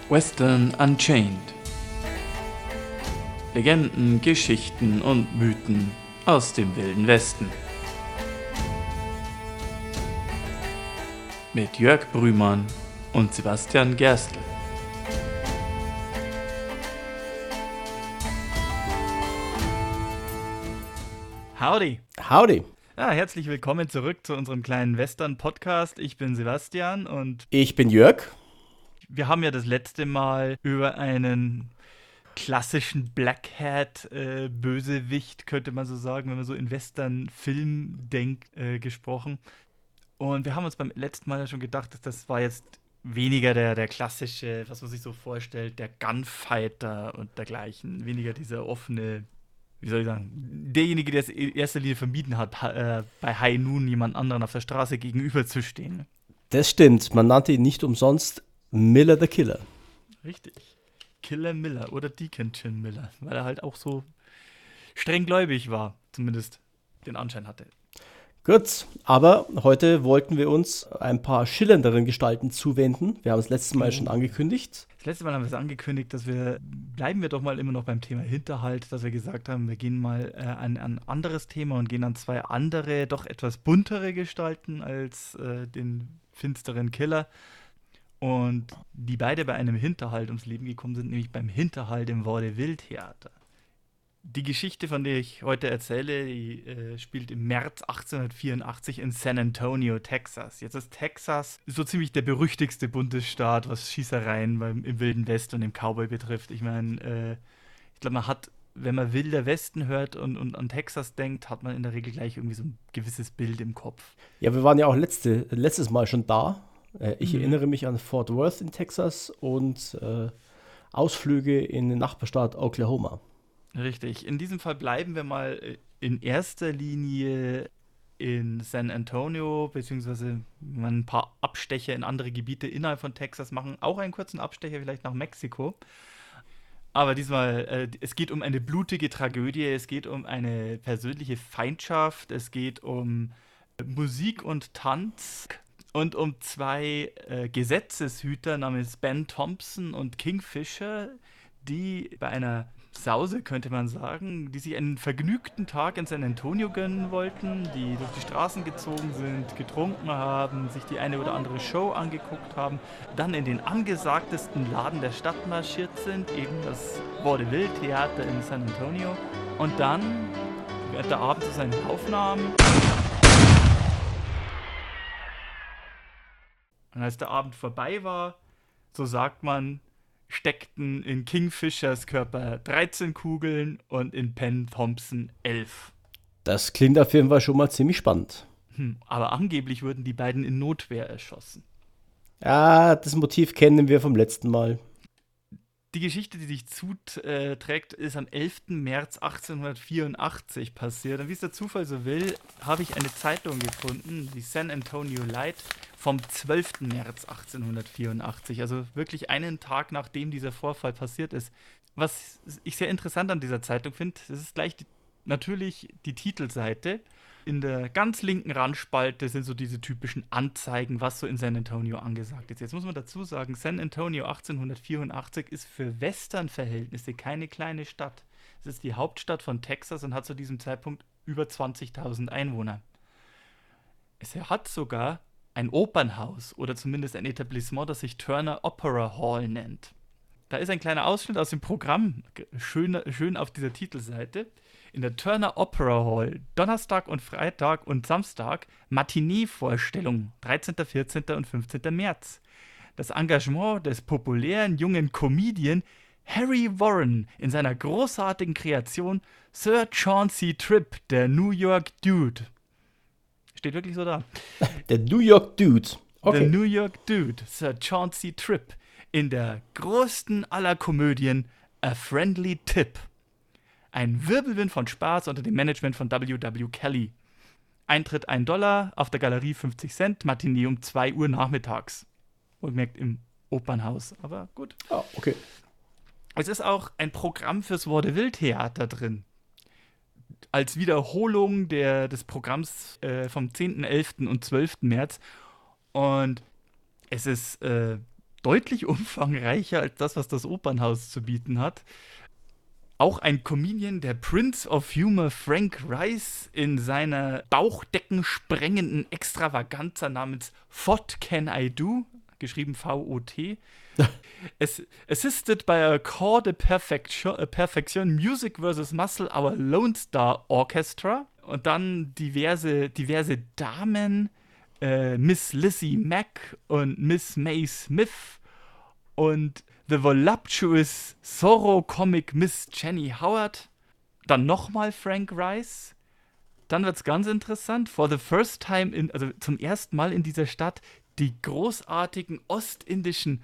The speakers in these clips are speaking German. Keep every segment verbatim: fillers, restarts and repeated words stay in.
Western Unchained. Legenden, Geschichten und Mythen aus dem Wilden Westen. Mit Jörg Brümann und Sebastian Gerstl. Howdy. Howdy. Ja, herzlich willkommen zurück zu unserem kleinen Western-Podcast. Ich bin Sebastian und ich bin Jörg. Wir haben ja das letzte Mal über einen klassischen Black Hat-Bösewicht, äh, könnte man so sagen, wenn man so in Western-Film denkt, äh, gesprochen. Und wir haben uns beim letzten Mal ja schon gedacht, dass das war jetzt weniger der, der klassische, was man sich so vorstellt, der Gunfighter und dergleichen. Weniger dieser offene, wie soll ich sagen, derjenige, der es in erster Linie vermieden hat, äh, bei High Noon jemand anderen auf der Straße gegenüberzustehen. Das stimmt, man nannte ihn nicht umsonst Miller the Killer. Richtig. Killer Miller oder Deacon Chin Miller, weil er halt auch so strenggläubig war, zumindest den Anschein hatte. Gut, aber heute wollten wir uns ein paar schillernderen Gestalten zuwenden. Wir haben es das letzte Mal schon angekündigt. Das letzte Mal haben wir es angekündigt, dass wir, bleiben wir doch mal immer noch beim Thema Hinterhalt, dass wir gesagt haben, wir gehen mal äh, an ein anderes Thema und gehen an zwei andere, doch etwas buntere Gestalten als äh, den finsteren Killer. Und die beide bei einem Hinterhalt ums Leben gekommen sind, nämlich beim Hinterhalt im Vaudeville-Theater. Die Geschichte, von der ich heute erzähle, die äh, spielt im März achtzehnhundertvierundachtzig in San Antonio, Texas. Jetzt ist Texas so ziemlich der berüchtigste Bundesstaat, was Schießereien beim, im Wilden Westen und im Cowboy betrifft. Ich meine, äh, ich glaube, man hat, wenn man Wilder Westen hört und, und an Texas denkt, hat man in der Regel gleich irgendwie so ein gewisses Bild im Kopf. Ja, wir waren ja auch letzte, letztes Mal schon da. Ich Mhm. erinnere mich an Fort Worth in Texas und äh, Ausflüge in den Nachbarstaat Oklahoma. Richtig. In diesem Fall bleiben wir mal in erster Linie in San Antonio, beziehungsweise ein paar Abstecher in andere Gebiete innerhalb von Texas machen. Auch einen kurzen Abstecher vielleicht nach Mexiko. Aber diesmal, äh, es geht um eine blutige Tragödie, es geht um eine persönliche Feindschaft, es geht um Musik und Tanz. Und um zwei äh, Gesetzeshüter namens Ben Thompson und Kingfisher, die bei einer Sause, könnte man sagen, die sich einen vergnügten Tag in San Antonio gönnen wollten, die durch die Straßen gezogen sind, getrunken haben, sich die eine oder andere Show angeguckt haben, dann in den angesagtesten Laden der Stadt marschiert sind, eben das Vaudeville-Theater in San Antonio. Und dann, während der Abend zu seinen Aufnahmen, und als der Abend vorbei war, so sagt man, steckten in Kingfishers Körper dreizehn Kugeln und in Ben Thompson elf. Das klingt auf jeden Fall schon mal ziemlich spannend. Hm, aber angeblich wurden die beiden in Notwehr erschossen. Ja, das Motiv kennen wir vom letzten Mal. Die Geschichte, die sich zuträgt, ist am elften März achtzehnhundertvierundachtzig passiert. Und wie es der Zufall so will, habe ich eine Zeitung gefunden, die San Antonio Light, vom zwölften März achtzehnhundertvierundachtzig. Also wirklich einen Tag, nachdem dieser Vorfall passiert ist. Was ich sehr interessant an dieser Zeitung finde, das ist gleich die, natürlich die Titelseite. In der ganz linken Randspalte sind so diese typischen Anzeigen, was so in San Antonio angesagt ist. Jetzt muss man dazu sagen, San Antonio achtzehnhundertvierundachtzig ist für Western-Verhältnisse keine kleine Stadt. Es ist die Hauptstadt von Texas und hat zu diesem Zeitpunkt über zwanzigtausend Einwohner. Es hat sogar ein Opernhaus oder zumindest ein Etablissement, das sich Turner Opera Hall nennt. Da ist ein kleiner Ausschnitt aus dem Programm, schön, schön auf dieser Titelseite. In der Turner Opera Hall, Donnerstag und Freitag und Samstag, Matinee-Vorstellung, dreizehnten, vierzehnten und fünfzehnten März. Das Engagement des populären jungen Comedian Harry Warren in seiner großartigen Kreation Sir Chauncey Tripp, der New York Dude. Steht wirklich so da. Der New York Dude. Okay. Der New York Dude, Sir Chauncey Tripp, in der größten aller Komödien A Friendly Tip. Ein Wirbelwind von Spaß unter dem Management von W W Kelly. Eintritt ein Dollar, auf der Galerie fünfzig Cent, Matinee um zwei Uhr nachmittags. Wohlgemerkt im Opernhaus, aber gut. Ah, okay. Es ist auch ein Programm fürs Vaudeville-Theater drin. Als Wiederholung der, des Programms äh, vom zehnten, elften und zwölften März. Und es ist äh, deutlich umfangreicher als das, was das Opernhaus zu bieten hat. Auch ein Comedian, der Prince of Humor Frank Rice, in seiner bauchdeckensprengenden Extravaganza namens What Can I Do, geschrieben V O T, es, assisted by a Corps de Perfection, Perfection Music versus Muscle, our Lone Star Orchestra. Und dann diverse, diverse Damen, äh, Miss Lizzie Mack und Miss May Smith und The Voluptuous Zorro Comic Miss Jenny Howard. Dann nochmal Frank Rice. Dann wird's ganz interessant. For the first time, in, also zum ersten Mal in dieser Stadt, die großartigen ostindischen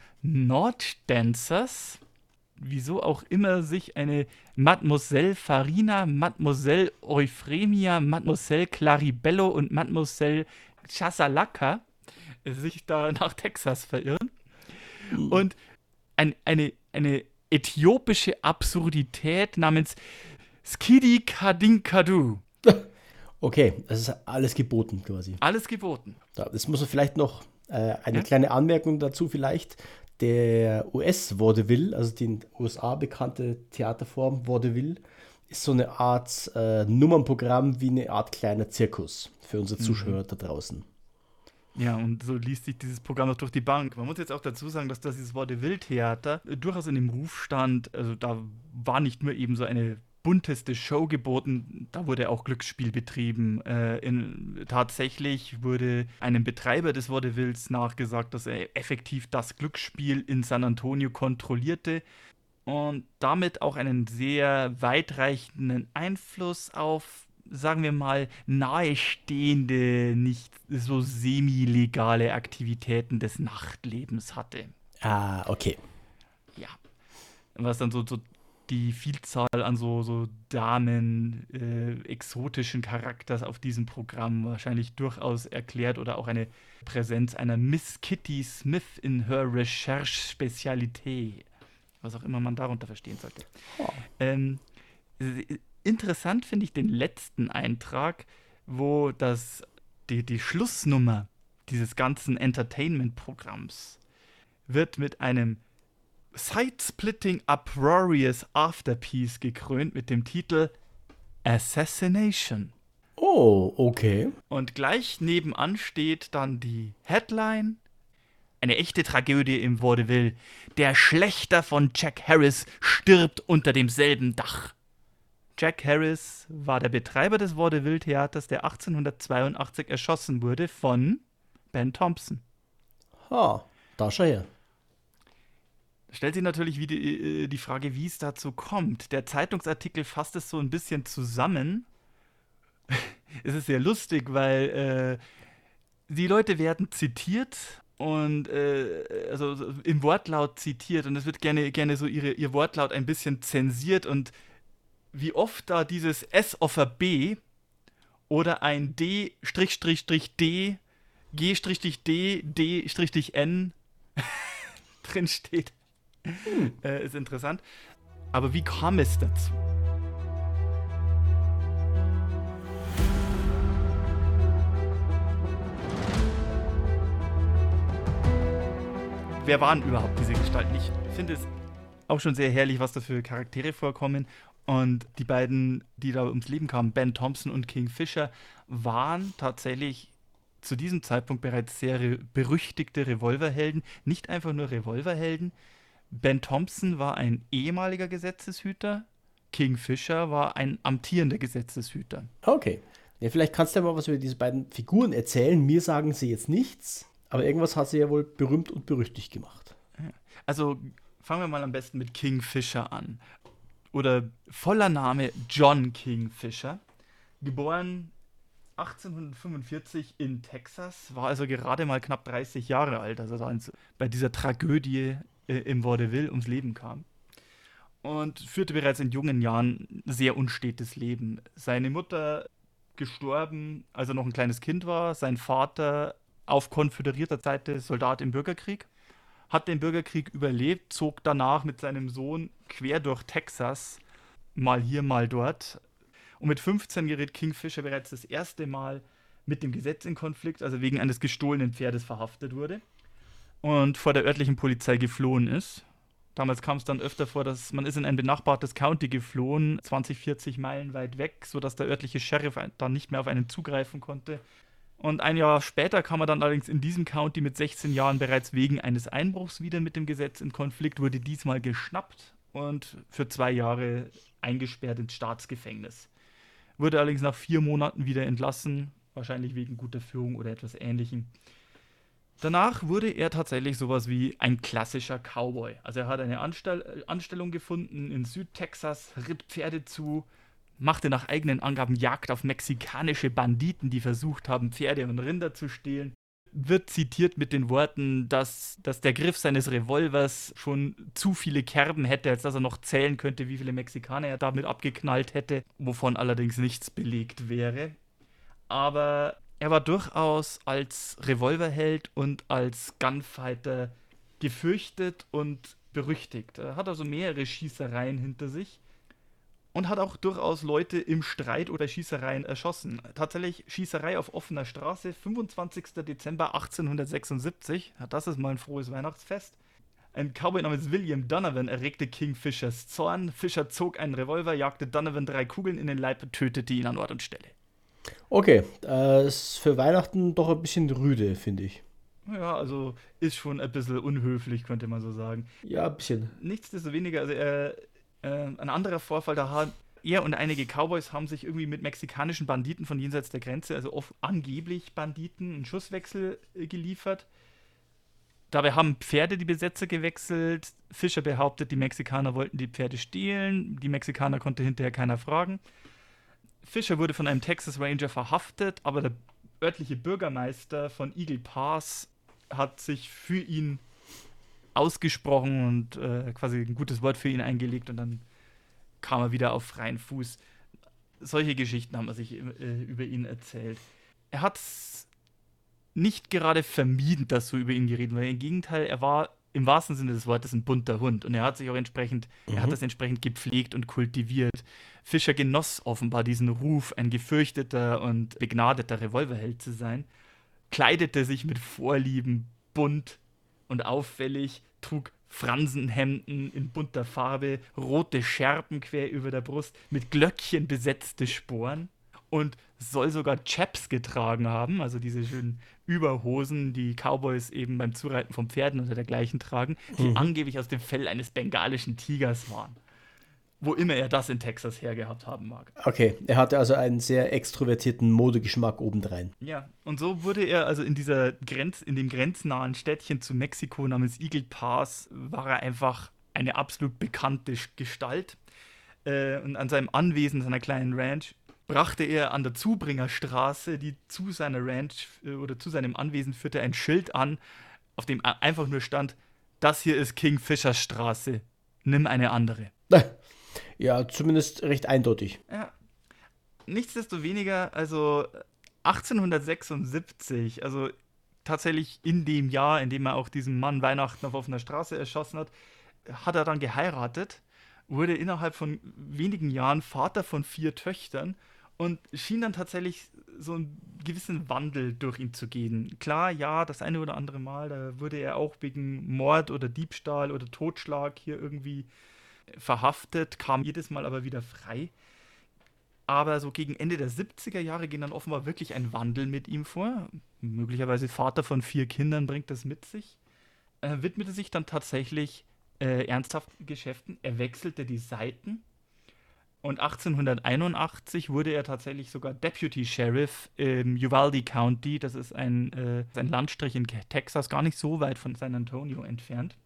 Norddancers. Wieso auch immer sich eine Mademoiselle Farina, Mademoiselle Euphemia, Mademoiselle Claribello und Mademoiselle Chasalaka sich da nach Texas verirren. Mhm. Und ein, eine, eine äthiopische Absurdität namens Skidi Kadinkadu. Okay, das ist alles geboten quasi. Alles geboten. Ja, das muss man vielleicht noch, äh, eine ja? kleine Anmerkung dazu vielleicht. Der U S-Vaudeville, also die in den U S A bekannte Theaterform Vaudeville, ist so eine Art äh, Nummernprogramm wie eine Art kleiner Zirkus für unsere Zuschauer mhm. da draußen. Ja, und so liest sich dieses Programm auch durch die Bank. Man muss jetzt auch dazu sagen, dass das dieses Vaudeville-Theater durchaus in dem Ruf stand. Also da war nicht nur eben so eine bunteste Show geboten, da wurde auch Glücksspiel betrieben. Äh, in, tatsächlich wurde einem Betreiber des Vaudevilles nachgesagt, dass er effektiv das Glücksspiel in San Antonio kontrollierte und damit auch einen sehr weitreichenden Einfluss auf, sagen wir mal, nahestehende, nicht so semi-legale Aktivitäten des Nachtlebens hatte. Ah, okay. Ja. Was dann so, so die Vielzahl an so, so Damen äh, exotischen Charakters auf diesem Programm wahrscheinlich durchaus erklärt oder auch eine Präsenz einer Miss Kitty Smith in her Recherche-Spezialité. Was auch immer man darunter verstehen sollte. Oh. Ähm, interessant finde ich den letzten Eintrag, wo das, die, die Schlussnummer dieses ganzen Entertainment-Programms wird mit einem Side-Splitting Uproarious Afterpiece gekrönt mit dem Titel Assassination. Oh, okay. Und gleich nebenan steht dann die Headline: Eine echte Tragödie im Vaudeville. Der Schlächter von Jack Harris stirbt unter demselben Dach. Jack Harris war der Betreiber des Vaudeville-Theaters, der achtzehnhundertzweiundachtzig erschossen wurde von Ben Thompson. Ha, da schau her. Stellt sich natürlich wie die, die Frage, wie es dazu kommt. Der Zeitungsartikel fasst es so ein bisschen zusammen. Es ist sehr lustig, weil äh, die Leute werden zitiert und äh, also im Wortlaut zitiert und es wird gerne, gerne so ihre, ihr Wortlaut ein bisschen zensiert und wie oft da dieses S auf a B oder ein D, Strich, Strich, Strich, D, G, Strich, D, D, Strich, N drin steht. Hm. Äh, ist interessant. Aber wie kam es dazu? Wer waren überhaupt diese Gestalten? Ich finde es auch schon sehr herrlich, was da für Charaktere vorkommen. Und die beiden, die da ums Leben kamen, Ben Thompson und King Fisher, waren tatsächlich zu diesem Zeitpunkt bereits sehr re- berüchtigte Revolverhelden. Nicht einfach nur Revolverhelden. Ben Thompson war ein ehemaliger Gesetzeshüter, King Fisher war ein amtierender Gesetzeshüter. Okay. Ja, vielleicht kannst du ja mal was über diese beiden Figuren erzählen. Mir sagen sie jetzt nichts, aber irgendwas hat sie ja wohl berühmt und berüchtigt gemacht. Also fangen wir mal am besten mit King Fisher an. Oder voller Name John King Fisher. Geboren achtzehnhundertfünfundvierzig in Texas, war also gerade mal knapp dreißig Jahre alt, als er da bei dieser Tragödie im Vaudeville ums Leben kam. Und führte bereits in jungen Jahren ein sehr unstetes Leben. Seine Mutter gestorben, als er noch ein kleines Kind war. Sein Vater auf konföderierter Seite Soldat im Bürgerkrieg. Hat den Bürgerkrieg überlebt, zog danach mit seinem Sohn quer durch Texas, mal hier, mal dort. Und mit fünfzehn gerät King Fisher bereits das erste Mal mit dem Gesetz in Konflikt, also wegen eines gestohlenen Pferdes verhaftet wurde. und vor der örtlichen Polizei geflohen ist. Damals kam es dann öfter vor, dass man ist in ein benachbartes County geflohen, zwanzig, vierzig Meilen weit weg, sodass der örtliche Sheriff dann nicht mehr auf einen zugreifen konnte. Und ein Jahr später kam er dann allerdings in diesem County mit sechzehn Jahren bereits wegen eines Einbruchs wieder mit dem Gesetz in Konflikt, wurde diesmal geschnappt und für zwei Jahre eingesperrt ins Staatsgefängnis. Wurde allerdings nach vier Monaten wieder entlassen, wahrscheinlich wegen guter Führung oder etwas Ähnlichem. Danach wurde er tatsächlich sowas wie ein klassischer Cowboy. Also er hat eine Anstell- Anstellung gefunden in Südtexas, ritt Pferde zu, machte nach eigenen Angaben Jagd auf mexikanische Banditen, die versucht haben, Pferde und Rinder zu stehlen. Wird zitiert mit den Worten, dass, dass der Griff seines Revolvers schon zu viele Kerben hätte, als dass er noch zählen könnte, wie viele Mexikaner er damit abgeknallt hätte, wovon allerdings nichts belegt wäre. Aber er war durchaus als Revolverheld und als Gunfighter gefürchtet und berüchtigt. Er hat also mehrere Schießereien hinter sich und hat auch durchaus Leute im Streit oder Schießereien erschossen. Tatsächlich Schießerei auf offener Straße, fünfundzwanzigster Dezember achtzehnhundertsechsundsiebzig. Ja, das ist mal ein frohes Weihnachtsfest. Ein Cowboy namens William Donovan erregte King Fishers Zorn. Fisher zog einen Revolver, jagte Donovan drei Kugeln in den Leib und tötete ihn an Ort und Stelle. Okay, äh, ist für Weihnachten doch ein bisschen rüde, finde ich. Ja, also ist schon ein bisschen unhöflich, könnte man so sagen. Ja, ein bisschen. Nichtsdestoweniger, also äh, äh, ein anderer Vorfall, da hat er und einige Cowboys haben sich irgendwie mit mexikanischen Banditen von jenseits der Grenze, also oft angeblich Banditen, einen Schusswechsel äh, geliefert. Dabei haben Pferde die Besetzer gewechselt. Fisher behauptet, die Mexikaner wollten die Pferde stehlen. Die Mexikaner konnte hinterher keiner fragen. Fisher wurde von einem Texas Ranger verhaftet, aber der örtliche Bürgermeister von Eagle Pass hat sich für ihn ausgesprochen und äh, quasi ein gutes Wort für ihn eingelegt und dann kam er wieder auf freien Fuß. Solche Geschichten haben sich äh, über ihn erzählt. Er hat nicht gerade vermieden, dass so über ihn geredet wird. Im Gegenteil, er war im wahrsten Sinne des Wortes ein bunter Hund und er hat sich auch entsprechend, mhm. er hat das entsprechend gepflegt und kultiviert. Fisher genoss offenbar diesen Ruf, ein gefürchteter und begnadeter Revolverheld zu sein, kleidete sich mit Vorlieben bunt und auffällig, trug Fransenhemden in bunter Farbe, rote Schärpen quer über der Brust, mit Glöckchen besetzte Sporen und soll sogar Chaps getragen haben, also diese schönen Überhosen, die Cowboys eben beim Zureiten von Pferden oder dergleichen tragen, die mhm. angeblich aus dem Fell eines bengalischen Tigers waren. Wo immer er das in Texas hergehabt haben mag. Okay, er hatte also einen sehr extrovertierten Modegeschmack obendrein. Ja, und so wurde er also in dieser Grenz, in dem grenznahen Städtchen zu Mexiko namens Eagle Pass, war er einfach eine absolut bekannte Gestalt. Äh, und an seinem Anwesen, seiner kleinen Ranch, brachte er an der Zubringerstraße, die zu seiner Ranch äh, oder zu seinem Anwesen führte, ein Schild an, auf dem einfach nur stand: Das hier ist King Fishers Straße, nimm eine andere. Ja, zumindest recht eindeutig. Ja. Nichtsdestoweniger, also achtzehnhundertsechsundsiebzig, also tatsächlich in dem Jahr, in dem er auch diesen Mann Weihnachten auf offener Straße erschossen hat, hat er dann geheiratet, wurde innerhalb von wenigen Jahren Vater von vier Töchtern und schien dann tatsächlich so einen gewissen Wandel durch ihn zu gehen. Klar, ja, das eine oder andere Mal, da wurde er auch wegen Mord oder Diebstahl oder Totschlag hier irgendwie verhaftet, kam jedes Mal aber wieder frei. Aber so gegen Ende der siebziger Jahre ging dann offenbar wirklich ein Wandel mit ihm vor. Möglicherweise Vater von vier Kindern bringt das mit sich. Er widmete sich dann tatsächlich äh, ernsthaften Geschäften. Er wechselte die Seiten. Und achtzehnhunderteinundachtzig wurde er tatsächlich sogar Deputy Sheriff im Uvalde County. Das ist ein, äh, ein Landstrich in Texas, gar nicht so weit von San Antonio entfernt.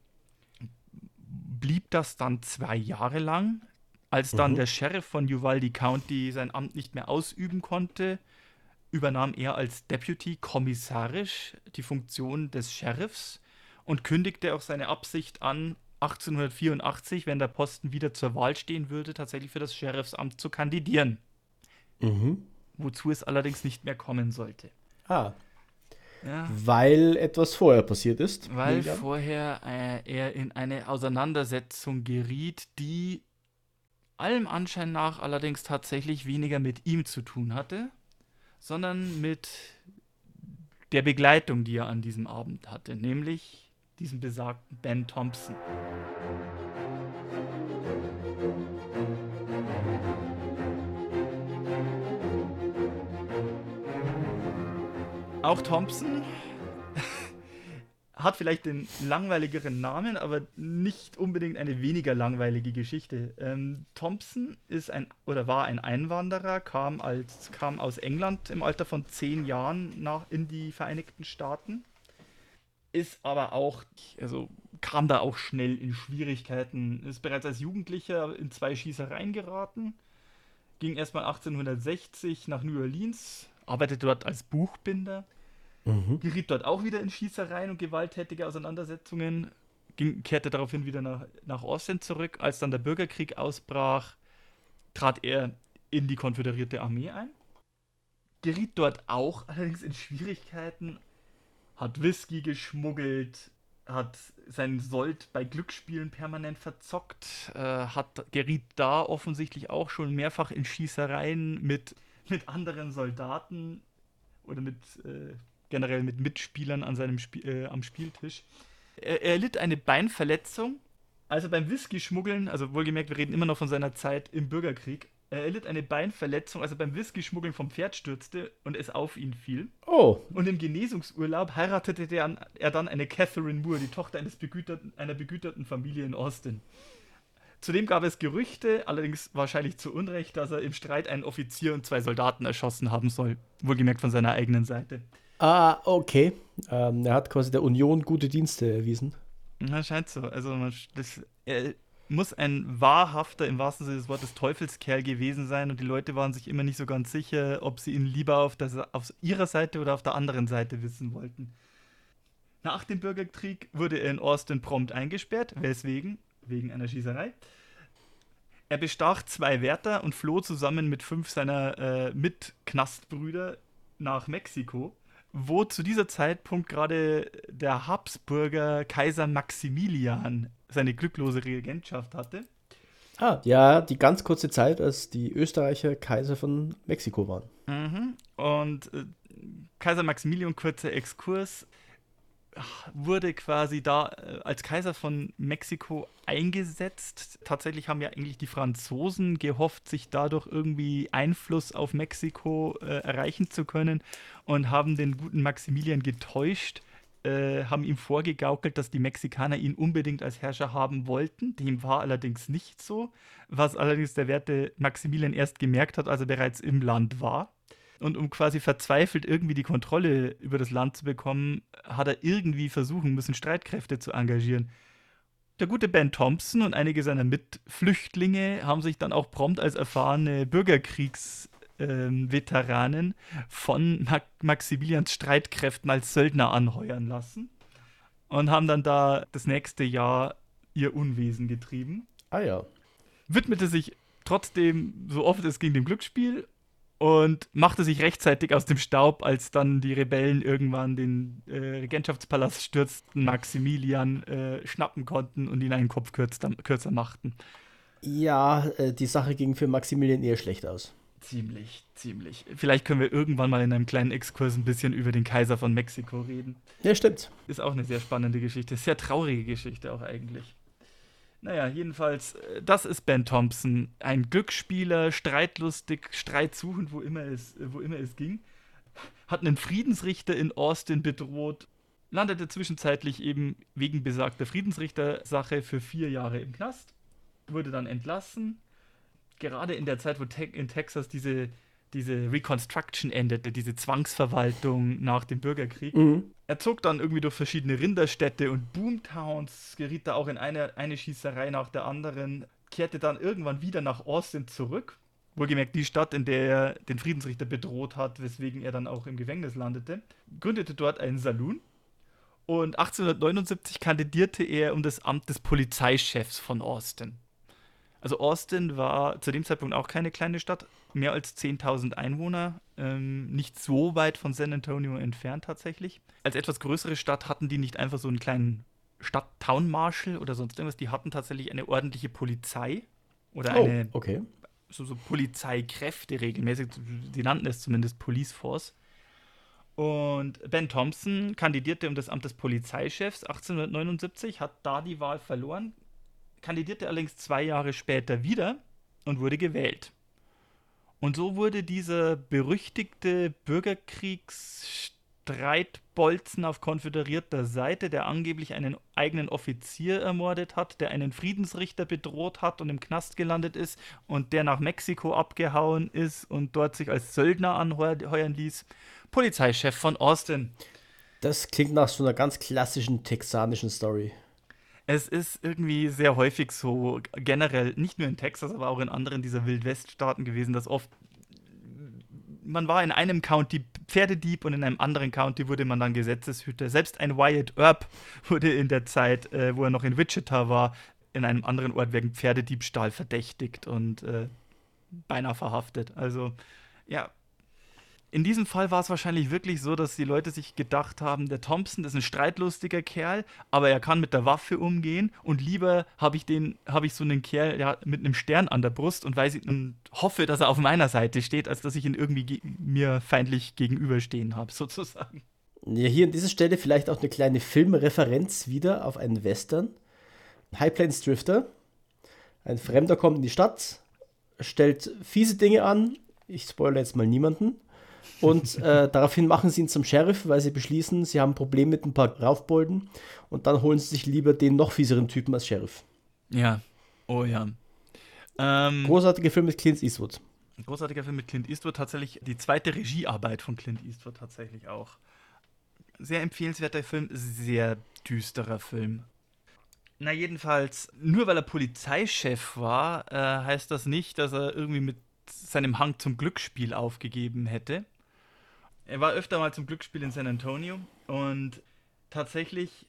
Blieb das dann zwei Jahre lang. Als dann mhm. der Sheriff von Uvalde County sein Amt nicht mehr ausüben konnte, übernahm er als Deputy kommissarisch die Funktion des Sheriffs und kündigte auch seine Absicht an, achtzehnhundertvierundachtzig, wenn der Posten wieder zur Wahl stehen würde, tatsächlich für das Sheriffsamt zu kandidieren. Mhm. Wozu es allerdings nicht mehr kommen sollte. Ah. Ja. Weil etwas vorher passiert ist. Weil vorher äh, er in eine Auseinandersetzung geriet, die allem Anschein nach allerdings tatsächlich weniger mit ihm zu tun hatte, sondern mit der Begleitung, die er an diesem Abend hatte, nämlich diesen besagten Ben Thompson. Auch Thompson hat vielleicht den langweiligeren Namen, aber nicht unbedingt eine weniger langweilige Geschichte. Ähm, Thompson ist ein oder war ein Einwanderer, kam, als, kam aus England im Alter von zehn Jahren nach, in die Vereinigten Staaten, ist aber auch, also kam da auch schnell in Schwierigkeiten, ist bereits als Jugendlicher in zwei Schießereien geraten, ging erstmal achtzehnhundertsechzig nach New Orleans, arbeitete dort als Buchbinder, Mhm. geriet dort auch wieder in Schießereien und gewalttätige Auseinandersetzungen, ging, kehrte daraufhin wieder nach, nach Austin zurück. Als dann der Bürgerkrieg ausbrach, trat er in die konföderierte Armee ein, geriet dort auch allerdings in Schwierigkeiten, hat Whisky geschmuggelt, hat seinen Sold bei Glücksspielen permanent verzockt, äh, hat, geriet da offensichtlich auch schon mehrfach in Schießereien mit, mit anderen Soldaten oder mit äh, generell mit Mitspielern an seinem Spie äh, am Spieltisch. Er, er erlitt eine Beinverletzung, als er beim Whisky-Schmuggeln, also wohlgemerkt, wir reden immer noch von seiner Zeit im Bürgerkrieg, er erlitt eine Beinverletzung, als er beim Whisky-Schmuggeln vom Pferd stürzte und es auf ihn fiel. Oh, Und im Genesungsurlaub heiratete der, er dann eine Catherine Moore, die Tochter eines begüterten, einer begüterten Familie in Austin. Zudem gab es Gerüchte, allerdings wahrscheinlich zu Unrecht, dass er im Streit einen Offizier und zwei Soldaten erschossen haben soll. Wohlgemerkt von seiner eigenen Seite. ah, okay. Ähm, er hat quasi der Union gute Dienste erwiesen. Na, scheint so. Also man, das, er muss ein wahrhafter, im wahrsten Sinne des Wortes, Teufelskerl gewesen sein und die Leute waren sich immer nicht so ganz sicher, ob sie ihn lieber auf, der, auf ihrer Seite oder auf der anderen Seite wissen wollten. Nach dem Bürgerkrieg wurde er in Austin prompt eingesperrt. Weswegen? Wegen einer Schießerei. Er bestach zwei Wärter und floh zusammen mit fünf seiner äh, Mitknastbrüder nach Mexiko, wo zu dieser Zeitpunkt gerade der Habsburger Kaiser Maximilian seine glücklose Regentschaft hatte. Ah, ja, die ganz kurze Zeit, als die Österreicher Kaiser von Mexiko waren. Mhm. Und äh, Kaiser Maximilian, kurzer Exkurs, wurde quasi da äh, als Kaiser von Mexiko eingesetzt. Tatsächlich haben ja eigentlich die Franzosen gehofft, sich dadurch irgendwie Einfluss auf Mexiko äh, erreichen zu können und haben den guten Maximilian getäuscht, äh, haben ihm vorgegaukelt, dass die Mexikaner ihn unbedingt als Herrscher haben wollten. Dem war allerdings nicht so, was allerdings der werte Maximilian erst gemerkt hat, als er bereits im Land war. Und um quasi verzweifelt irgendwie die Kontrolle über das Land zu bekommen, hat er irgendwie versuchen müssen, Streitkräfte zu engagieren. Der gute Ben Thompson und einige seiner Mitflüchtlinge haben sich dann auch prompt als erfahrene Bürgerkriegsveteranen ähm, von Ma- Maximilians Streitkräften als Söldner anheuern lassen und haben dann da das nächste Jahr ihr Unwesen getrieben. Ah ja. Widmete sich trotzdem, so oft es ging, dem Glücksspiel und machte sich rechtzeitig aus dem Staub, als dann die Rebellen irgendwann den äh, Regentschaftspalast stürzten, Maximilian äh, schnappen konnten und ihn einen Kopf kürzer, kürzer machten. Ja, äh, die Sache ging für Maximilian eher schlecht aus. Ziemlich, ziemlich. Vielleicht können wir irgendwann mal in einem kleinen Exkurs ein bisschen über den Kaiser von Mexiko reden. Ja, stimmt. Ist auch eine sehr spannende Geschichte, sehr traurige Geschichte auch eigentlich. Naja, jedenfalls, äh, das ist Ben Thompson. Ein Glücksspieler, streitlustig, streitsuchend, wo immer es, äh, wo immer es ging. Hat einen Friedensrichter in Austin bedroht. Landete zwischenzeitlich eben wegen besagter Friedensrichter-Sache für vier Jahre im Knast. Wurde dann entlassen. Gerade in der Zeit, wo te- in Texas diese, diese Reconstruction endete, diese Zwangsverwaltung nach dem Bürgerkrieg. Mhm. Er zog dann irgendwie durch verschiedene Rinderstädte und Boomtowns, geriet da auch in eine, eine Schießerei nach der anderen, kehrte dann irgendwann wieder nach Austin zurück. Wohlgemerkt die Stadt, in der er den Friedensrichter bedroht hat, weswegen er dann auch im Gefängnis landete. Gründete dort einen Saloon und achtzehnhundertneunundsiebzig kandidierte er um das Amt des Polizeichefs von Austin. Also Austin war zu dem Zeitpunkt auch keine kleine Stadt, mehr als zehntausend Einwohner, ähm, nicht so weit von San Antonio entfernt tatsächlich. Als etwas größere Stadt hatten die nicht einfach so einen kleinen Stadt-Town-Marshal oder sonst irgendwas, die hatten tatsächlich eine ordentliche Polizei oder Oh, eine okay. so, so Polizeikräfte regelmäßig, die nannten es zumindest Police Force. Und Ben Thompson kandidierte um das Amt des Polizeichefs achtzehnhundertneunundsiebzig, hat da die Wahl verloren, kandidierte allerdings zwei Jahre später wieder und wurde gewählt. Und so wurde dieser berüchtigte Bürgerkriegsstreitbolzen auf konföderierter Seite, der angeblich einen eigenen Offizier ermordet hat, der einen Friedensrichter bedroht hat und im Knast gelandet ist und der nach Mexiko abgehauen ist und dort sich als Söldner anheuern ließ, Polizeichef von Austin. Das klingt nach so einer ganz klassischen texanischen Story. Es ist irgendwie sehr häufig so, generell, nicht nur in Texas, aber auch in anderen dieser Wildweststaaten gewesen, dass oft, man war in einem County Pferdedieb und in einem anderen County wurde man dann Gesetzeshüter. Selbst ein Wyatt Earp wurde in der Zeit, äh, wo er noch in Wichita war, in einem anderen Ort wegen Pferdediebstahl verdächtigt und äh, beinahe verhaftet. Also, ja. In diesem Fall war es wahrscheinlich wirklich so, dass die Leute sich gedacht haben, der Thompson ist ein streitlustiger Kerl, aber er kann mit der Waffe umgehen und lieber habe ich den, habe ich so einen Kerl ja, mit einem Stern an der Brust und weiß und hoffe, dass er auf meiner Seite steht, als dass ich ihn irgendwie ge- mir feindlich gegenüberstehen habe, sozusagen. Ja, hier an dieser Stelle vielleicht auch eine kleine Filmreferenz wieder auf einen Western. High Plains Drifter. Ein Fremder kommt in die Stadt, stellt fiese Dinge an. Ich spoilere jetzt mal niemanden. Und äh, daraufhin machen sie ihn zum Sheriff, weil sie beschließen, sie haben ein Problem mit ein paar Raufbolden und dann holen sie sich lieber den noch fieseren Typen als Sheriff. Ja, oh ja. Ähm, Großartiger Film mit Clint Eastwood. großartiger Film mit Clint Eastwood, tatsächlich die zweite Regiearbeit von Clint Eastwood tatsächlich auch. Sehr empfehlenswerter Film, sehr düsterer Film. Na jedenfalls, nur weil er Polizeichef war, äh, heißt das nicht, dass er irgendwie mit seinem Hang zum Glücksspiel aufgegeben hätte. Er war öfter mal zum Glücksspiel in San Antonio und tatsächlich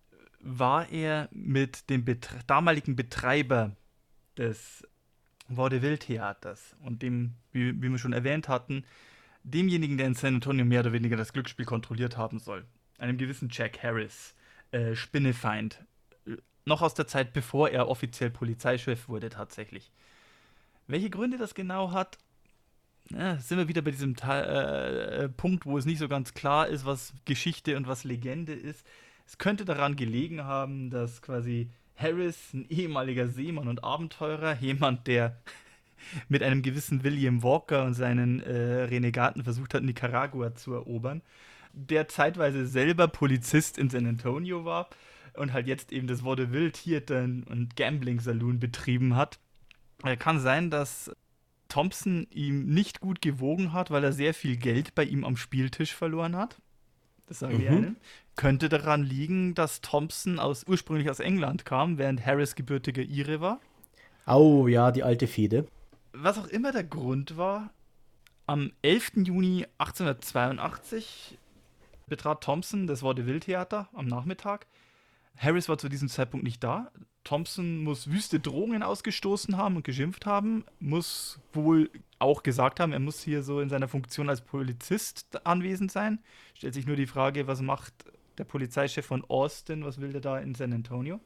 war er mit dem Betre- damaligen Betreiber des Vaudeville-Theaters und dem, wie, wie wir schon erwähnt hatten, demjenigen, der in San Antonio mehr oder weniger das Glücksspiel kontrolliert haben soll, einem gewissen Jack Harris, äh, Spinnefeind, äh, noch aus der Zeit, bevor er offiziell Polizeichef wurde tatsächlich. Welche Gründe das genau hat, ja, sind wir wieder bei diesem Teil, äh, Punkt, wo es nicht so ganz klar ist, was Geschichte und was Legende ist. Es könnte daran gelegen haben, dass quasi Harris, ein ehemaliger Seemann und Abenteurer, jemand, der mit einem gewissen William Walker und seinen äh, Renegaten versucht hat, Nicaragua zu erobern, der zeitweise selber Polizist in San Antonio war und halt jetzt eben das Vaudeville-Theater und Gambling-Saloon betrieben hat. Äh, kann sein, dass Thompson ihm nicht gut gewogen hat, weil er sehr viel Geld bei ihm am Spieltisch verloren hat. Das sagen die Mhm. einen. Könnte daran liegen, dass Thompson aus, ursprünglich aus England kam, während Harris gebürtiger Ire war. Oh ja, die alte Fehde. Was auch immer der Grund war, am elften Juni achtzehnhundertzweiundachtzig betrat Thompson das Vaudeville-Theater am Nachmittag. Harris war zu diesem Zeitpunkt nicht da. Thompson muss wüste Drohungen ausgestoßen haben und geschimpft haben, muss wohl auch gesagt haben, er muss hier so in seiner Funktion als Polizist anwesend sein. Stellt sich nur die Frage, was macht der Polizeichef von Austin, was will der da in San Antonio?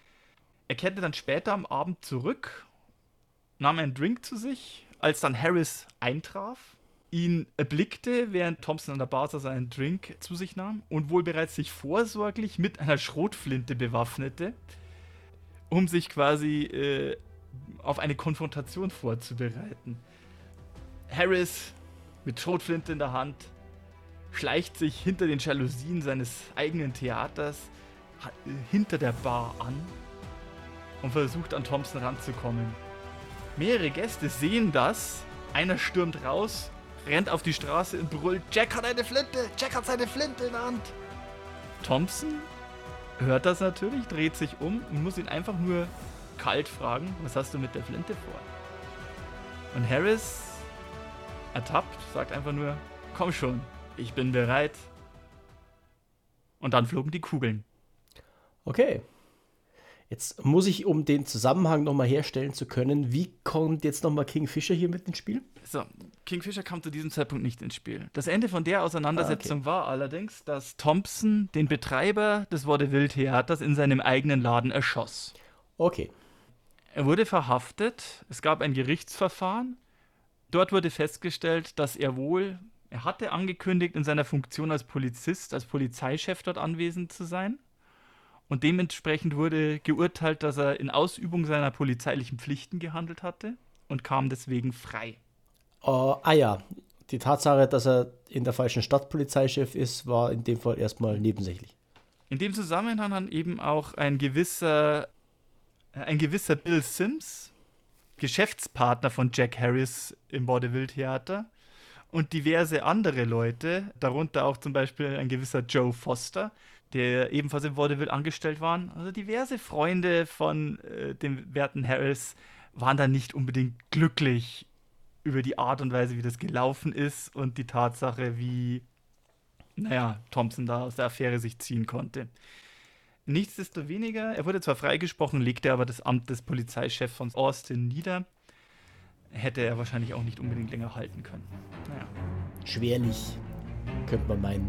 Er kehrte dann später am Abend zurück, nahm einen Drink zu sich, als dann Harris eintraf, ihn erblickte, während Thompson an der Bar saß, einen Drink zu sich nahm und wohl bereits sich vorsorglich mit einer Schrotflinte bewaffnete, um sich quasi äh, auf eine Konfrontation vorzubereiten. Harris mit Schrotflinte in der Hand schleicht sich hinter den Jalousien seines eigenen Theaters ha- äh, hinter der Bar an und versucht an Thompson ranzukommen. Mehrere Gäste sehen das, einer stürmt raus, rennt auf die Straße und brüllt, Jack hat eine Flinte, Jack hat seine Flinte in der Hand. Thompson hört das natürlich, dreht sich um und muss ihn einfach nur kalt fragen, was hast du mit der Flinte vor? Und Harris ertappt, sagt einfach nur, komm schon, ich bin bereit. Und dann flogen die Kugeln. Okay. Jetzt muss ich, um den Zusammenhang nochmal herstellen zu können, wie kommt jetzt nochmal Kingfisher hier mit ins Spiel? So, Kingfisher kam zu diesem Zeitpunkt nicht ins Spiel. Das Ende von der Auseinandersetzung Ah, okay. war allerdings, dass Thompson den Betreiber des Vaudeville-Theaters in seinem eigenen Laden erschoss. Okay. Er wurde verhaftet, es gab ein Gerichtsverfahren. Dort wurde festgestellt, dass er wohl, Er hatte angekündigt, in seiner Funktion als Polizist, als Polizeichef dort anwesend zu sein. Und dementsprechend wurde geurteilt, dass er in Ausübung seiner polizeilichen Pflichten gehandelt hatte und kam deswegen frei. Uh, ah ja, die Tatsache, dass er in der falschen Stadt Polizeichef ist, war in dem Fall erstmal nebensächlich. In dem Zusammenhang dann eben auch ein gewisser, ein gewisser Bill Sims, Geschäftspartner von Jack Harris im Vaudeville-Theater, und diverse andere Leute, darunter auch zum Beispiel ein gewisser Joe Foster, der ebenfalls im Vaudeville angestellt waren. Also diverse Freunde von äh, dem werten Harris waren dann nicht unbedingt glücklich über die Art und Weise, wie das gelaufen ist und die Tatsache, wie, naja, Thompson da aus der Affäre sich ziehen konnte. Nichtsdestoweniger, er wurde zwar freigesprochen, legte aber das Amt des Polizeichefs von Austin nieder. Hätte er wahrscheinlich auch nicht unbedingt länger halten können. Naja. Schwerlich, könnte man meinen.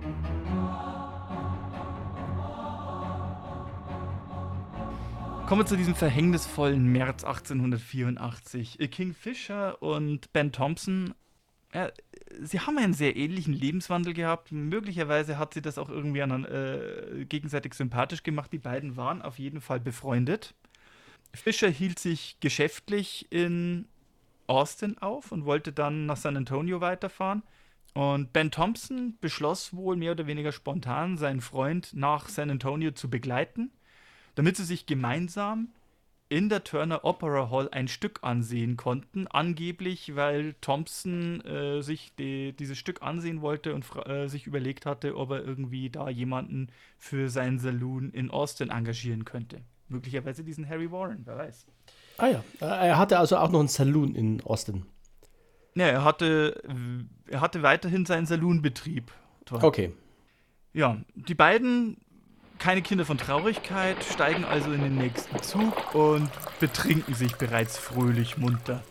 Kommen wir zu diesem verhängnisvollen März achtzehnhundertvierundachtzig. King Fisher und Ben Thompson, ja, sie haben einen sehr ähnlichen Lebenswandel gehabt. Möglicherweise hat sie das auch irgendwie an, äh, gegenseitig sympathisch gemacht. Die beiden waren auf jeden Fall befreundet. Fisher hielt sich geschäftlich in Austin auf und wollte dann nach San Antonio weiterfahren. Und Ben Thompson beschloss wohl mehr oder weniger spontan, seinen Freund nach San Antonio zu begleiten, damit sie sich gemeinsam in der Turner Opera Hall ein Stück ansehen konnten. Angeblich, weil Thompson äh, sich die, dieses Stück ansehen wollte und äh, sich überlegt hatte, ob er irgendwie da jemanden für seinen Saloon in Austin engagieren könnte. Möglicherweise diesen Harry Warren, wer weiß. Ah ja, er hatte also auch noch einen Saloon in Austin. Ja, er hatte, er hatte weiterhin seinen Saloonbetrieb. Okay. Ja, die beiden, keine Kinder von Traurigkeit, steigen also in den nächsten Zug und betrinken sich bereits fröhlich munter.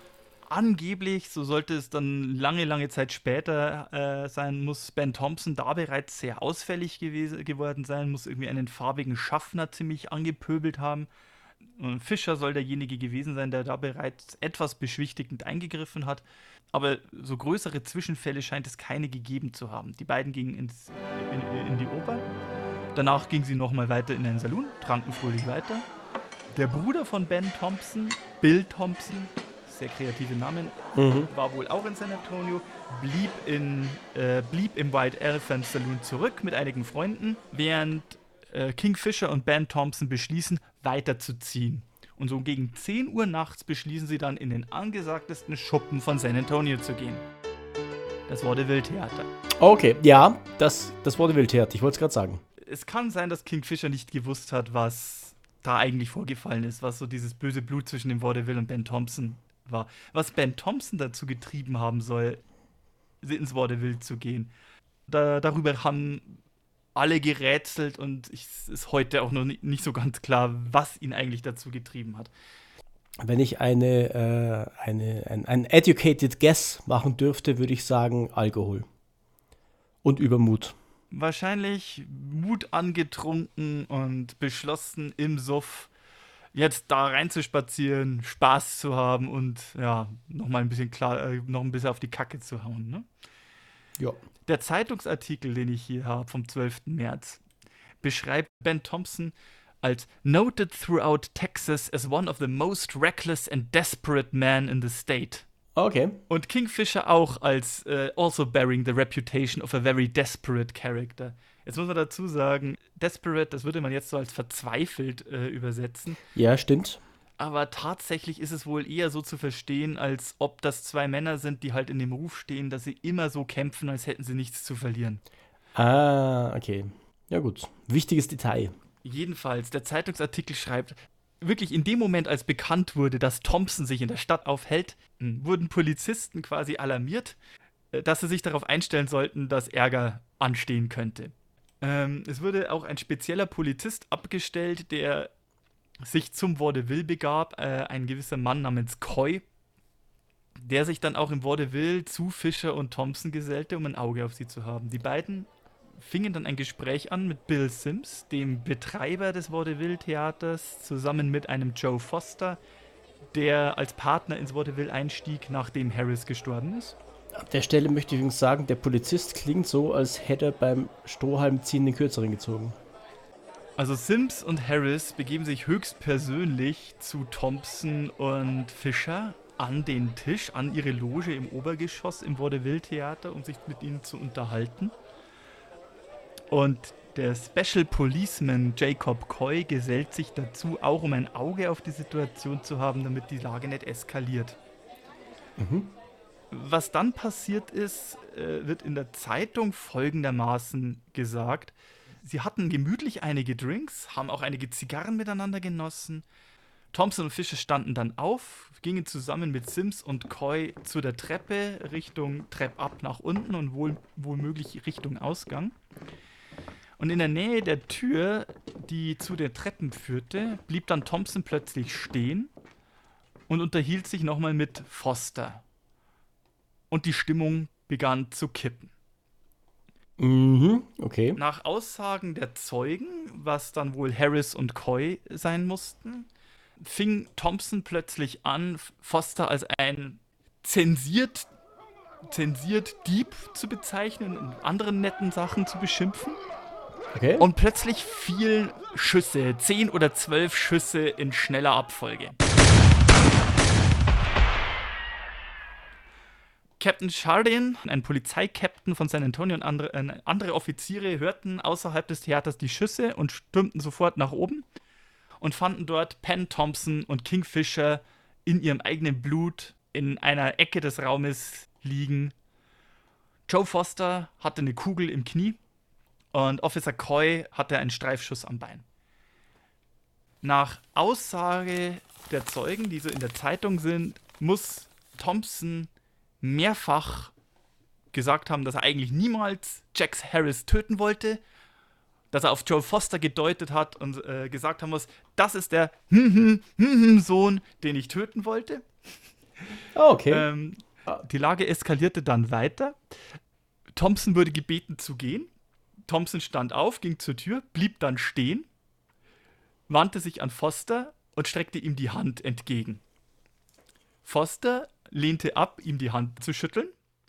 Angeblich, so sollte es dann lange, lange Zeit später äh, sein, muss Ben Thompson da bereits sehr ausfällig gewesen, geworden sein, muss irgendwie einen farbigen Schaffner ziemlich angepöbelt haben. Und Fischer soll derjenige gewesen sein, der da bereits etwas beschwichtigend eingegriffen hat. Aber so größere Zwischenfälle scheint es keine gegeben zu haben. Die beiden gingen ins, in, in die Oper. Danach gingen sie nochmal weiter in den Saloon, tranken fröhlich weiter. Der Bruder von Ben Thompson, Bill Thompson, sehr kreative Namen, mhm. war wohl auch in San Antonio, blieb, in, äh, blieb im White Elephant Saloon zurück mit einigen Freunden, während äh, King Fisher und Ben Thompson beschließen, weiterzuziehen. Und so gegen zehn Uhr nachts beschließen sie dann, in den angesagtesten Schuppen von San Antonio zu gehen. Das Vaudeville-Theater. Okay, ja, das, das Vaudeville-Theater, ich wollte es gerade sagen. Es kann sein, dass King Fisher nicht gewusst hat, was da eigentlich vorgefallen ist, was so dieses böse Blut zwischen dem Vaudeville und Ben Thompson war. Was Ben Thompson dazu getrieben haben soll, ins Vaudeville zu gehen. Da, darüber haben alle gerätselt und es ist heute auch noch nicht so ganz klar, was ihn eigentlich dazu getrieben hat. Wenn ich eine, äh, eine, ein, ein educated guess machen dürfte, würde ich sagen Alkohol. Und Übermut. Wahrscheinlich Mut angetrunken und beschlossen im Suff jetzt da reinzuspazieren, Spaß zu haben und ja, nochmal ein bisschen klar, äh, noch ein bisschen auf die Kacke zu hauen, ne? Ja. Der Zeitungsartikel, den ich hier habe, vom zwölften März, beschreibt Ben Thompson als noted throughout Texas as one of the most reckless and desperate men in the state. Okay. Und King Fisher auch als uh, also bearing the reputation of a very desperate character. Jetzt muss man dazu sagen, desperate, das würde man jetzt so als verzweifelt äh, übersetzen. Ja, stimmt. Aber tatsächlich ist es wohl eher so zu verstehen, als ob das zwei Männer sind, die halt in dem Ruf stehen, dass sie immer so kämpfen, als hätten sie nichts zu verlieren. Ah, okay. Ja gut, wichtiges Detail. Jedenfalls, der Zeitungsartikel schreibt, wirklich in dem Moment, als bekannt wurde, dass Thompson sich in der Stadt aufhält, wurden Polizisten quasi alarmiert, dass sie sich darauf einstellen sollten, dass Ärger anstehen könnte. Ähm, es wurde auch ein spezieller Polizist abgestellt, der sich zum Vaudeville begab, äh, ein gewisser Mann namens Coy, der sich dann auch im Vaudeville zu Fisher und Thompson gesellte, um ein Auge auf sie zu haben. Die beiden fingen dann ein Gespräch an mit Bill Sims, dem Betreiber des Vaudeville-Theaters, zusammen mit einem Joe Foster, der als Partner ins Vaudeville einstieg, nachdem Harris gestorben ist. An der Stelle möchte ich übrigens sagen, der Polizist klingt so, als hätte er beim Strohhalmziehen den Kürzeren gezogen. Also Sims und Harris begeben sich höchstpersönlich zu Thompson und Fisher an den Tisch, an ihre Loge im Obergeschoss im Vaudeville-Theater, um sich mit ihnen zu unterhalten. Und der Special Policeman Jacob Coy gesellt sich dazu, auch um ein Auge auf die Situation zu haben, damit die Lage nicht eskaliert. Mhm. Was dann passiert ist, äh, wird in der Zeitung folgendermaßen gesagt. Sie hatten gemütlich einige Drinks, haben auch einige Zigarren miteinander genossen. Thompson und Fisher standen dann auf, gingen zusammen mit Sims und Coy zu der Treppe Richtung Treppab nach unten und wohl, wohlmöglich Richtung Ausgang. Und in der Nähe der Tür, die zu den Treppen führte, blieb dann Thompson plötzlich stehen und unterhielt sich nochmal mit Foster. Und die Stimmung begann zu kippen. Mhm, okay. Nach Aussagen der Zeugen, was dann wohl Harris und Coy sein mussten, fing Thompson plötzlich an, Foster als ein zensiert, zensiert Dieb zu bezeichnen und anderen netten Sachen zu beschimpfen. Okay. Und plötzlich fielen Schüsse, zehn oder zwölf Schüsse in schneller Abfolge. Captain Chardin, ein Polizeikapitän von San Antonio und andere, äh, andere Offiziere hörten außerhalb des Theaters die Schüsse und stürmten sofort nach oben und fanden dort Penn Thompson und Kingfisher in ihrem eigenen Blut in einer Ecke des Raumes liegen. Joe Foster hatte eine Kugel im Knie und Officer Coy hatte einen Streifschuss am Bein. Nach Aussage der Zeugen, die so in der Zeitung sind, muss Thompson mehrfach gesagt haben, dass er eigentlich niemals Jax Harris töten wollte, dass er auf Joe Foster gedeutet hat und äh, gesagt haben muss, das ist der Sohn, den ich töten wollte. Oh, okay. Ähm, die Lage eskalierte dann weiter. Thompson wurde gebeten zu gehen. Thompson stand auf, ging zur Tür, blieb dann stehen, wandte sich an Foster und streckte ihm die Hand entgegen. Foster lehnte ab, ihm die Hand zu schütteln.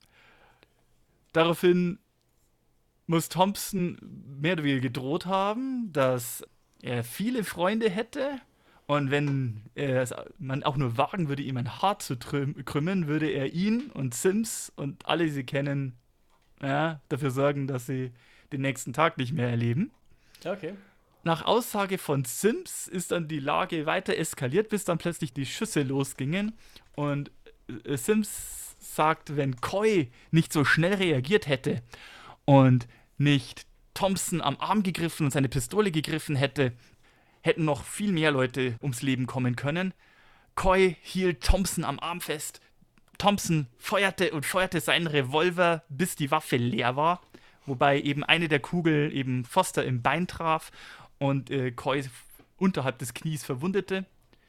Daraufhin muss Thompson mehr oder weniger gedroht haben, dass er viele Freunde hätte und wenn er, man auch nur wagen würde, ihm ein Haar zu krümmen, würde er ihn und Sims und alle, die sie kennen, ja, dafür sorgen, dass sie den nächsten Tag nicht mehr erleben. Okay. Nach Aussage von Sims ist dann die Lage weiter eskaliert, bis dann plötzlich die Schüsse losgingen und Sims sagt, wenn Coy nicht so schnell reagiert hätte und nicht Thompson am Arm gegriffen und seine Pistole gegriffen hätte, hätten noch viel mehr Leute ums Leben kommen können. Coy hielt Thompson am Arm fest. Thompson feuerte und feuerte seinen Revolver, bis die Waffe leer war, wobei eben eine der Kugel eben Foster im Bein traf und äh, Coy unterhalb des Knies verwundete.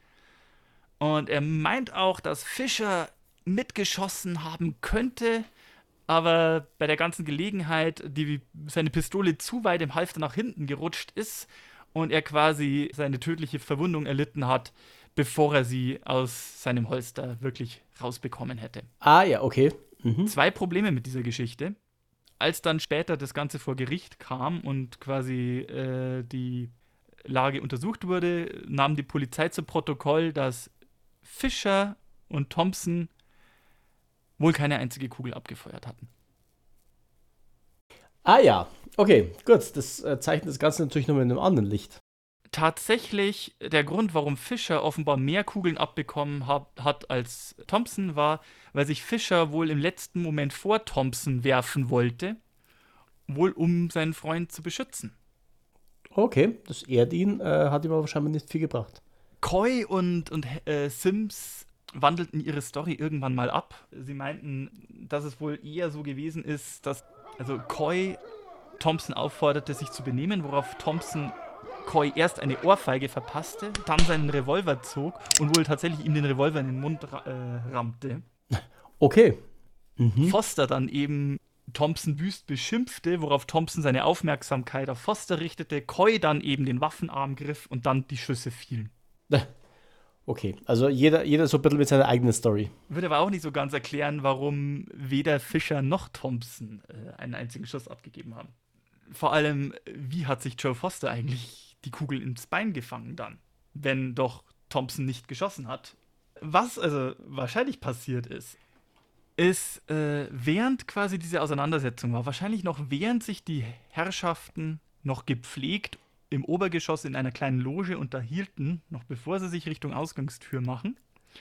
Und er meint auch, dass Fisher mitgeschossen haben könnte, aber bei der ganzen Gelegenheit die, seine Pistole zu weit im Halfter nach hinten gerutscht ist und er quasi seine tödliche Verwundung erlitten hat, bevor er sie aus seinem Holster wirklich rausbekommen hätte. Ah ja, okay. Mhm. Zwei Probleme mit dieser Geschichte. Als dann später das Ganze vor Gericht kam und quasi äh, die Lage untersucht wurde, nahm die Polizei zu Protokoll, dass Fisher und Thompson wohl keine einzige Kugel abgefeuert hatten. Ah ja, okay, gut. Das äh, zeichnet das Ganze natürlich nochmal in einem anderen Licht. Tatsächlich, der Grund, warum Fisher offenbar mehr Kugeln abbekommen hab, hat als Thompson, war, weil sich Fisher wohl im letzten Moment vor Thompson werfen wollte, wohl um seinen Freund zu beschützen. Okay, das ehrt ihn, äh, hat ihm aber wahrscheinlich nicht viel gebracht. Coy und, und äh, Sims wandelten ihre Story irgendwann mal ab. Sie meinten, dass es wohl eher so gewesen ist, dass also Coy Thompson aufforderte, sich zu benehmen, worauf Thompson Coy erst eine Ohrfeige verpasste, dann seinen Revolver zog und wohl tatsächlich ihm den Revolver in den Mund ra- äh, rammte. Okay. Mhm. Foster dann eben Thompson wüst beschimpfte, worauf Thompson seine Aufmerksamkeit auf Foster richtete, Coy dann eben den Waffenarm griff und dann die Schüsse fielen. Okay, also jeder, jeder so ein bisschen mit seiner eigenen Story. Würde aber auch nicht so ganz erklären, warum weder Fisher noch Thompson äh, einen einzigen Schuss abgegeben haben. Vor allem, wie hat sich Joe Foster eigentlich die Kugel ins Bein gefangen dann, wenn doch Thompson nicht geschossen hat? Was also wahrscheinlich passiert ist, ist, äh, während quasi diese Auseinandersetzung war, wahrscheinlich noch während sich die Herrschaften noch gepflegt im Obergeschoss in einer kleinen Loge unterhielten, noch bevor sie sich Richtung Ausgangstür machen,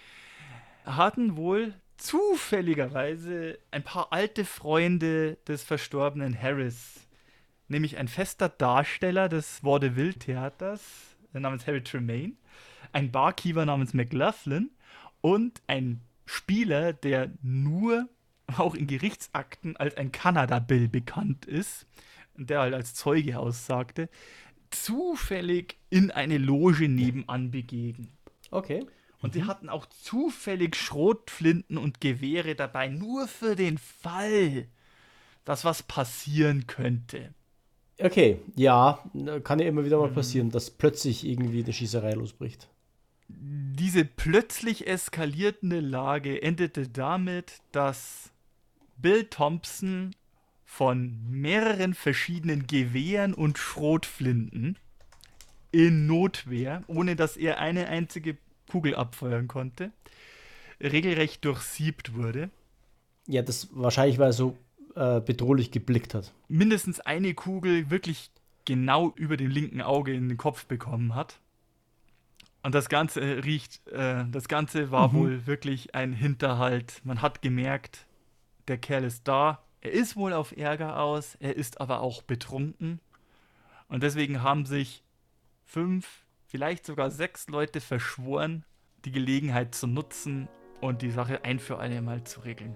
hatten wohl zufälligerweise ein paar alte Freunde des verstorbenen Harris, nämlich ein fester Darsteller des Vaudeville-Theaters namens Harry Tremaine, ein Barkeeper namens McLaughlin und ein Spieler, der nur auch in Gerichtsakten als ein Kanada-Bill bekannt ist, der halt als Zeuge aussagte, zufällig in eine Loge nebenan begegnen. Okay. Und sie hatten auch zufällig Schrotflinten und Gewehre dabei, nur für den Fall, dass was passieren könnte. Okay, ja, kann ja immer wieder mal passieren, dass plötzlich irgendwie eine Schießerei losbricht. Diese plötzlich eskalierende Lage endete damit, dass Bill Thompson von mehreren verschiedenen Gewehren und Schrotflinten in Notwehr, ohne dass er eine einzige Kugel abfeuern konnte, regelrecht durchsiebt wurde. Ja, das wahrscheinlich, weil er so äh, bedrohlich geblickt hat. Mindestens eine Kugel wirklich genau über dem linken Auge in den Kopf bekommen hat. Und das Ganze äh, riecht, äh, das Ganze war Mhm. wohl wirklich ein Hinterhalt. Man hat gemerkt, der Kerl ist da. Er ist wohl auf Ärger aus, er ist aber auch betrunken. Und deswegen haben sich fünf, vielleicht sogar sechs Leute verschworen, die Gelegenheit zu nutzen und die Sache ein für alle Mal zu regeln.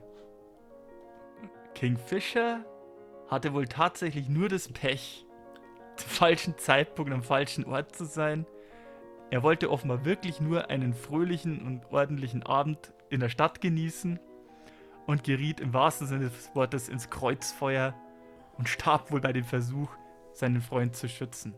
King Fisher hatte wohl tatsächlich nur das Pech, zum falschen Zeitpunkt am falschen Ort zu sein. Er wollte offenbar wirklich nur einen fröhlichen und ordentlichen Abend in der Stadt genießen und geriet im wahrsten Sinne des Wortes ins Kreuzfeuer und starb wohl bei dem Versuch, seinen Freund zu schützen.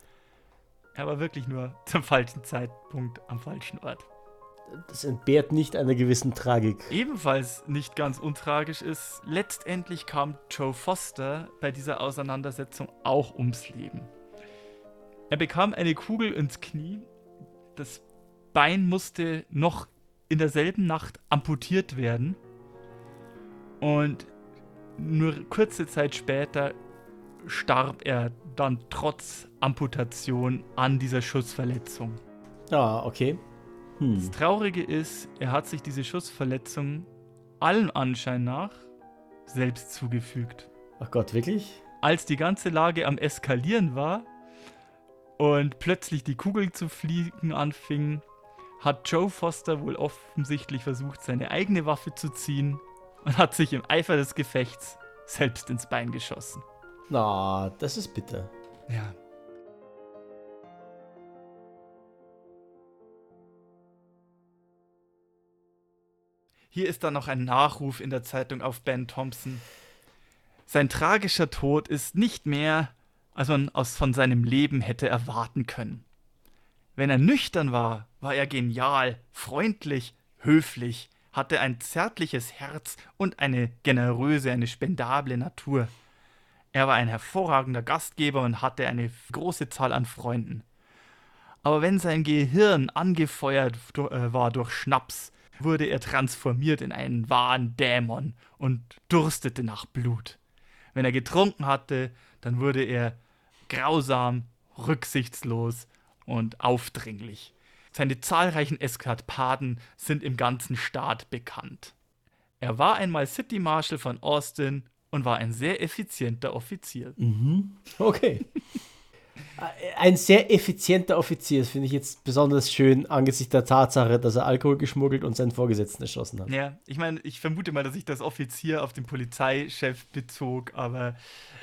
Er war wirklich nur zum falschen Zeitpunkt am falschen Ort. Das entbehrt nicht einer gewissen Tragik. Ebenfalls nicht ganz untragisch ist, letztendlich kam Joe Foster bei dieser Auseinandersetzung auch ums Leben. Er bekam eine Kugel ins Knie, das Bein musste noch in derselben Nacht amputiert werden und nur kurze Zeit später starb er dann trotz Amputation an dieser Schussverletzung. Ah, okay. Hm. Das Traurige ist, er hat sich diese Schussverletzung allem Anschein nach selbst zugefügt. Ach Gott, wirklich? Als die ganze Lage am Eskalieren war und plötzlich die Kugeln zu fliegen anfingen, hat Joe Foster wohl offensichtlich versucht, seine eigene Waffe zu ziehen und hat sich im Eifer des Gefechts selbst ins Bein geschossen. Na, das ist bitter. Ja. Hier ist dann noch ein Nachruf in der Zeitung auf Ben Thompson. Sein tragischer Tod ist nicht mehr, als man aus von seinem Leben hätte erwarten können. Wenn er nüchtern war, war er genial, freundlich, höflich, hatte ein zärtliches Herz und eine generöse, eine spendable Natur. Er war ein hervorragender Gastgeber und hatte eine große Zahl an Freunden. Aber wenn sein Gehirn angefeuert war durch Schnaps, wurde er transformiert in einen wahren Dämon und durstete nach Blut. Wenn er getrunken hatte, dann wurde er grausam, rücksichtslos und aufdringlich. Seine zahlreichen Eskapaden sind im ganzen Staat bekannt. Er war einmal City Marshal von Austin und war ein sehr effizienter Offizier. Mhm. Okay. Ein sehr effizienter Offizier, das finde ich jetzt besonders schön angesichts der Tatsache, dass er Alkohol geschmuggelt und seinen Vorgesetzten erschossen hat. Ja, ich meine, ich vermute mal, dass sich das Offizier auf den Polizeichef bezog, aber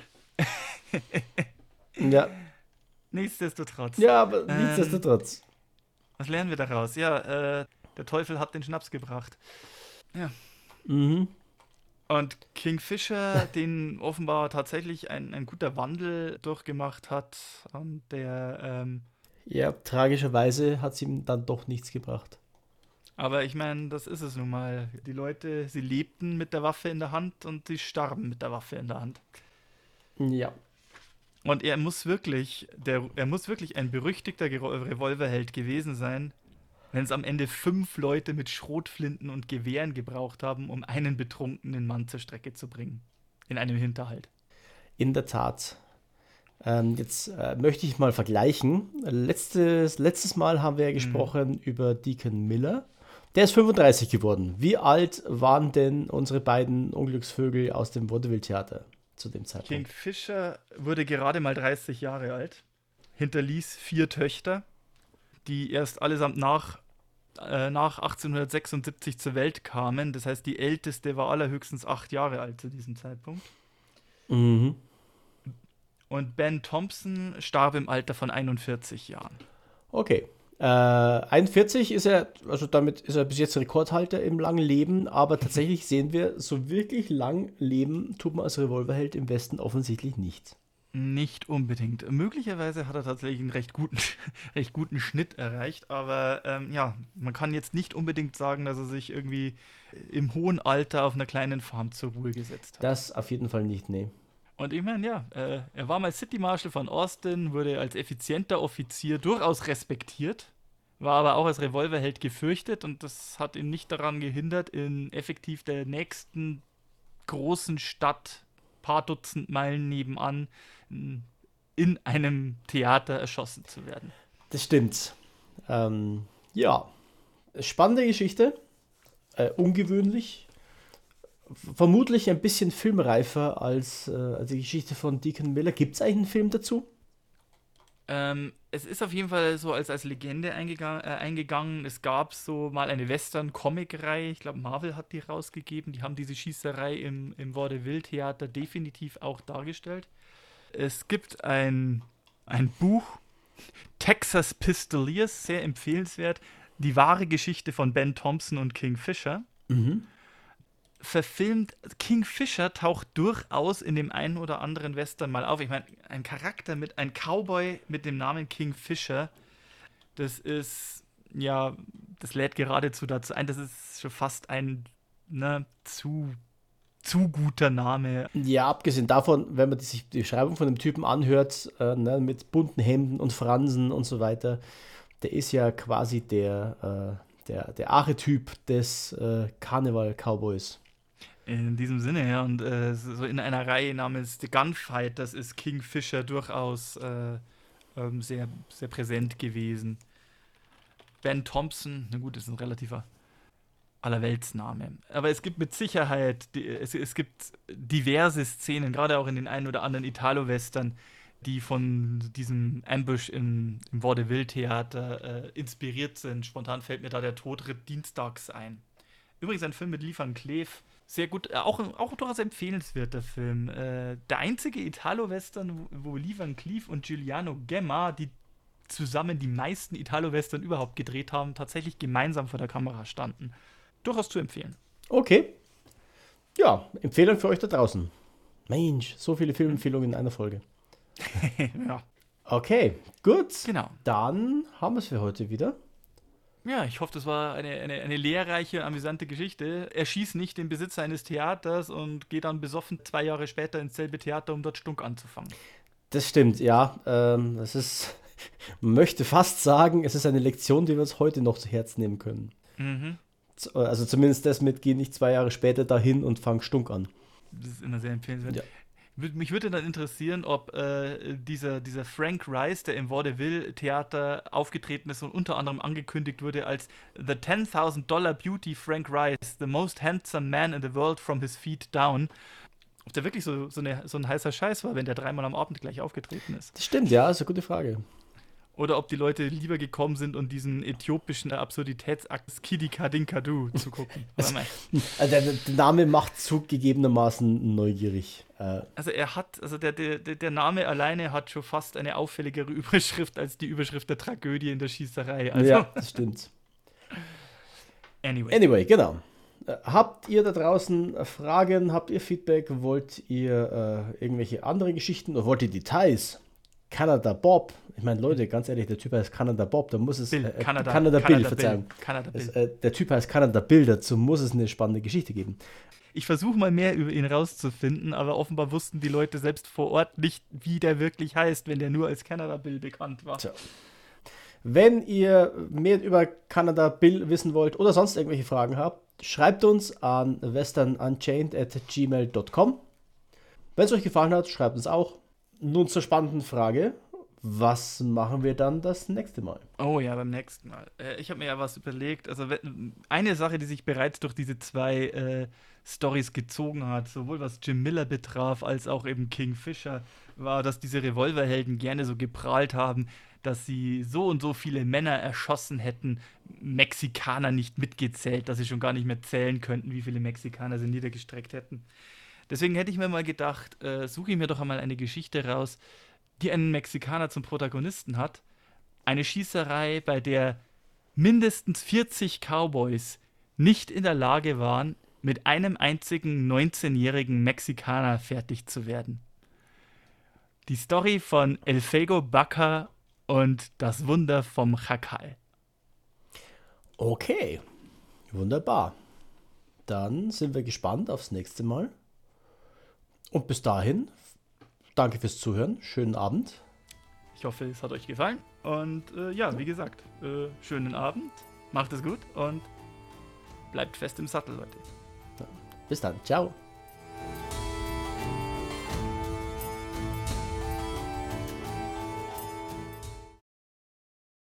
Ja. nichtsdestotrotz. Ja, aber Ähm, nichtsdestotrotz. Was lernen wir daraus? Ja, äh, der Teufel hat den Schnaps gebracht. Ja. Mhm. Und King Fisher, den offenbar tatsächlich ein, ein guter Wandel durchgemacht hat, und der ähm, Ja, tragischerweise hat es ihm dann doch nichts gebracht. Aber ich meine, das ist es nun mal. Die Leute, sie lebten mit der Waffe in der Hand und sie starben mit der Waffe in der Hand. Ja. Und er muss wirklich, der, er muss wirklich ein berüchtigter Gero- Revolverheld gewesen sein, wenn es am Ende fünf Leute mit Schrotflinten und Gewehren gebraucht haben, um einen betrunkenen Mann zur Strecke zu bringen. In einem Hinterhalt. In der Tat. Ähm, jetzt äh, möchte ich mal vergleichen. Letztes, letztes Mal haben wir ja gesprochen über Deacon Miller. Der ist fünfunddreißig geworden. Wie alt waren denn unsere beiden Unglücksvögel aus dem Vaudeville-Theater zu dem King Zeitpunkt? Fisher wurde gerade mal dreißig Jahre alt, hinterließ vier Töchter, die erst allesamt nach, äh, nach achtzehnhundertsechsundsiebzig zur Welt kamen. Das heißt, die älteste war allerhöchstens acht Jahre alt zu diesem Zeitpunkt. Mhm. Und Ben Thompson starb im Alter von einundvierzig Jahren. Okay. Äh, einundvierzig ist er, also damit ist er bis jetzt Rekordhalter im langen Leben, aber tatsächlich sehen wir, so wirklich lang leben tut man als Revolverheld im Westen offensichtlich nicht. Nicht unbedingt. Möglicherweise hat er tatsächlich einen recht guten, recht guten Schnitt erreicht, aber ähm, ja, man kann jetzt nicht unbedingt sagen, dass er sich irgendwie im hohen Alter auf einer kleinen Farm zur Ruhe gesetzt hat. Das auf jeden Fall nicht, nee. Und ich meine, ja, äh, er war mal City Marshal von Austin, wurde als effizienter Offizier durchaus respektiert, war aber auch als Revolverheld gefürchtet und das hat ihn nicht daran gehindert, in effektiv der nächsten großen Stadt, paar Dutzend Meilen nebenan, in einem Theater erschossen zu werden. Das stimmt. Ähm, ja, spannende Geschichte, äh, ungewöhnlich, vermutlich ein bisschen filmreifer als, äh, als die Geschichte von Deacon Miller. Gibt es eigentlich einen Film dazu? Ähm, es ist auf jeden Fall so als, als Legende eingegangen, äh, eingegangen. Es gab so mal eine Western-Comic-Reihe, ich glaube Marvel hat die rausgegeben, die haben diese Schießerei im, im Vaudeville-Theater definitiv auch dargestellt. Es gibt ein, ein Buch, Texas Pistoliers, sehr empfehlenswert, die wahre Geschichte von Ben Thompson und King Fisher. Mhm. Verfilmt, King Fisher taucht durchaus in dem einen oder anderen Western mal auf. Ich meine, ein Charakter mit, ein Cowboy mit dem Namen King Fisher, das ist, ja, das lädt geradezu dazu ein, das ist schon fast ein, ne, zu, zu guter Name. Ja, abgesehen davon, wenn man die, sich die Beschreibung von dem Typen anhört, äh, ne, mit bunten Hemden und Fransen und so weiter, der ist ja quasi der, äh, der, der Archetyp des äh, Karneval-Cowboys. In diesem Sinne, ja, und äh, so in einer Reihe namens The Gunfighters ist King Fisher durchaus äh, ähm, sehr, sehr präsent gewesen. Ben Thompson, na gut, das ist ein relativer Allerweltsname. Aber es gibt mit Sicherheit, die, es, es gibt diverse Szenen, gerade auch in den ein oder anderen Italo-Western, die von diesem Ambush im, im Vaudeville-Theater äh, inspiriert sind. Spontan fällt mir da der Todritt dienstags ein. Übrigens ein Film mit Lee Van Cleef. Sehr gut, äh, auch, auch durchaus empfehlenswerter Film. Äh, der einzige Italo-Western, wo, wo Lee Van Cleef und Giuliano Gemma, die zusammen die meisten Italo-Western überhaupt gedreht haben, tatsächlich gemeinsam vor der Kamera standen. Durchaus zu empfehlen. Okay. Ja, Empfehlung für euch da draußen. Mensch, so viele Filmempfehlungen in einer Folge. Ja. Okay, gut. Genau. Dann haben wir es für heute wieder. Ja, ich hoffe, das war eine, eine, eine lehrreiche, amüsante Geschichte. Er schießt nicht den Besitzer eines Theaters und geht dann besoffen zwei Jahre später ins selbe Theater, um dort Stunk anzufangen. Das stimmt, ja. Ähm, das ist, man möchte fast sagen, es ist eine Lektion, die wir uns heute noch zu Herzen nehmen können. Mhm. Z- Also zumindest das mit, geh nicht zwei Jahre später dahin und fang Stunk an. Das ist immer sehr empfehlenswert. Ja. Wür- Mich würde dann interessieren, ob äh, dieser, dieser Frank Rice, der im Vaudeville-Theater aufgetreten ist und unter anderem angekündigt wurde als The ten thousand Dollar Beauty Frank Rice, the most handsome man in the world from his feet down, ob der wirklich so, so, eine, so ein heißer Scheiß war, wenn der dreimal am Abend gleich aufgetreten ist. Das stimmt, ja, ist eine gute Frage. Oder ob die Leute lieber gekommen sind, um diesen äthiopischen Absurditätsakt Kidi Kadinkadu zu gucken. Also, also der, der Name macht zugegebenermaßen neugierig. Äh, Also er hat, also der, der, der Name alleine hat schon fast eine auffälligere Überschrift als die Überschrift der Tragödie in der Schießerei. Also, ja, das stimmt. anyway. Anyway, genau. Äh, Habt ihr da draußen äh, Fragen? Habt ihr Feedback? Wollt ihr äh, irgendwelche andere Geschichten oder wollt ihr Details? Canada Bob, ich meine, Leute, ganz ehrlich, der Typ heißt Canada Bob, da muss es, Bill, äh, Kanada, Canada, Kanada Bill, Verzeihung. Bill, Kanada Bill. Es, äh, der Typ heißt Canada Bill, dazu muss es eine spannende Geschichte geben. Ich versuche mal mehr über ihn rauszufinden, aber offenbar wussten die Leute selbst vor Ort nicht, wie der wirklich heißt, wenn der nur als Canada Bill bekannt war. Tja. Wenn ihr mehr über Canada Bill wissen wollt oder sonst irgendwelche Fragen habt, schreibt uns an westernunchained at gmail dot com. Wenn es euch gefallen hat, schreibt uns auch. Nun zur spannenden Frage. Was machen wir dann das nächste Mal? Oh ja, beim nächsten Mal. Äh, ich habe mir ja was überlegt. Also eine Sache, die sich bereits durch diese zwei äh, Stories gezogen hat, sowohl was Jim Miller betraf, als auch eben King Fisher, war, dass diese Revolverhelden gerne so geprahlt haben, dass sie so und so viele Männer erschossen hätten, Mexikaner nicht mitgezählt, dass sie schon gar nicht mehr zählen könnten, wie viele Mexikaner sie niedergestreckt hätten. Deswegen hätte ich mir mal gedacht, äh, suche ich mir doch einmal eine Geschichte raus, die einen Mexikaner zum Protagonisten hat. Eine Schießerei, bei der mindestens vierzig Cowboys nicht in der Lage waren, mit einem einzigen neunzehnjährigen Mexikaner fertig zu werden. Die Story von El Fuego Baca und das Wunder vom Chacal. Okay, wunderbar. Dann sind wir gespannt aufs nächste Mal. Und bis dahin, danke fürs Zuhören. Schönen Abend. Ich hoffe, es hat euch gefallen. Und äh, ja, wie gesagt, äh, schönen Abend. Macht es gut und bleibt fest im Sattel, Leute. Bis dann. Ciao.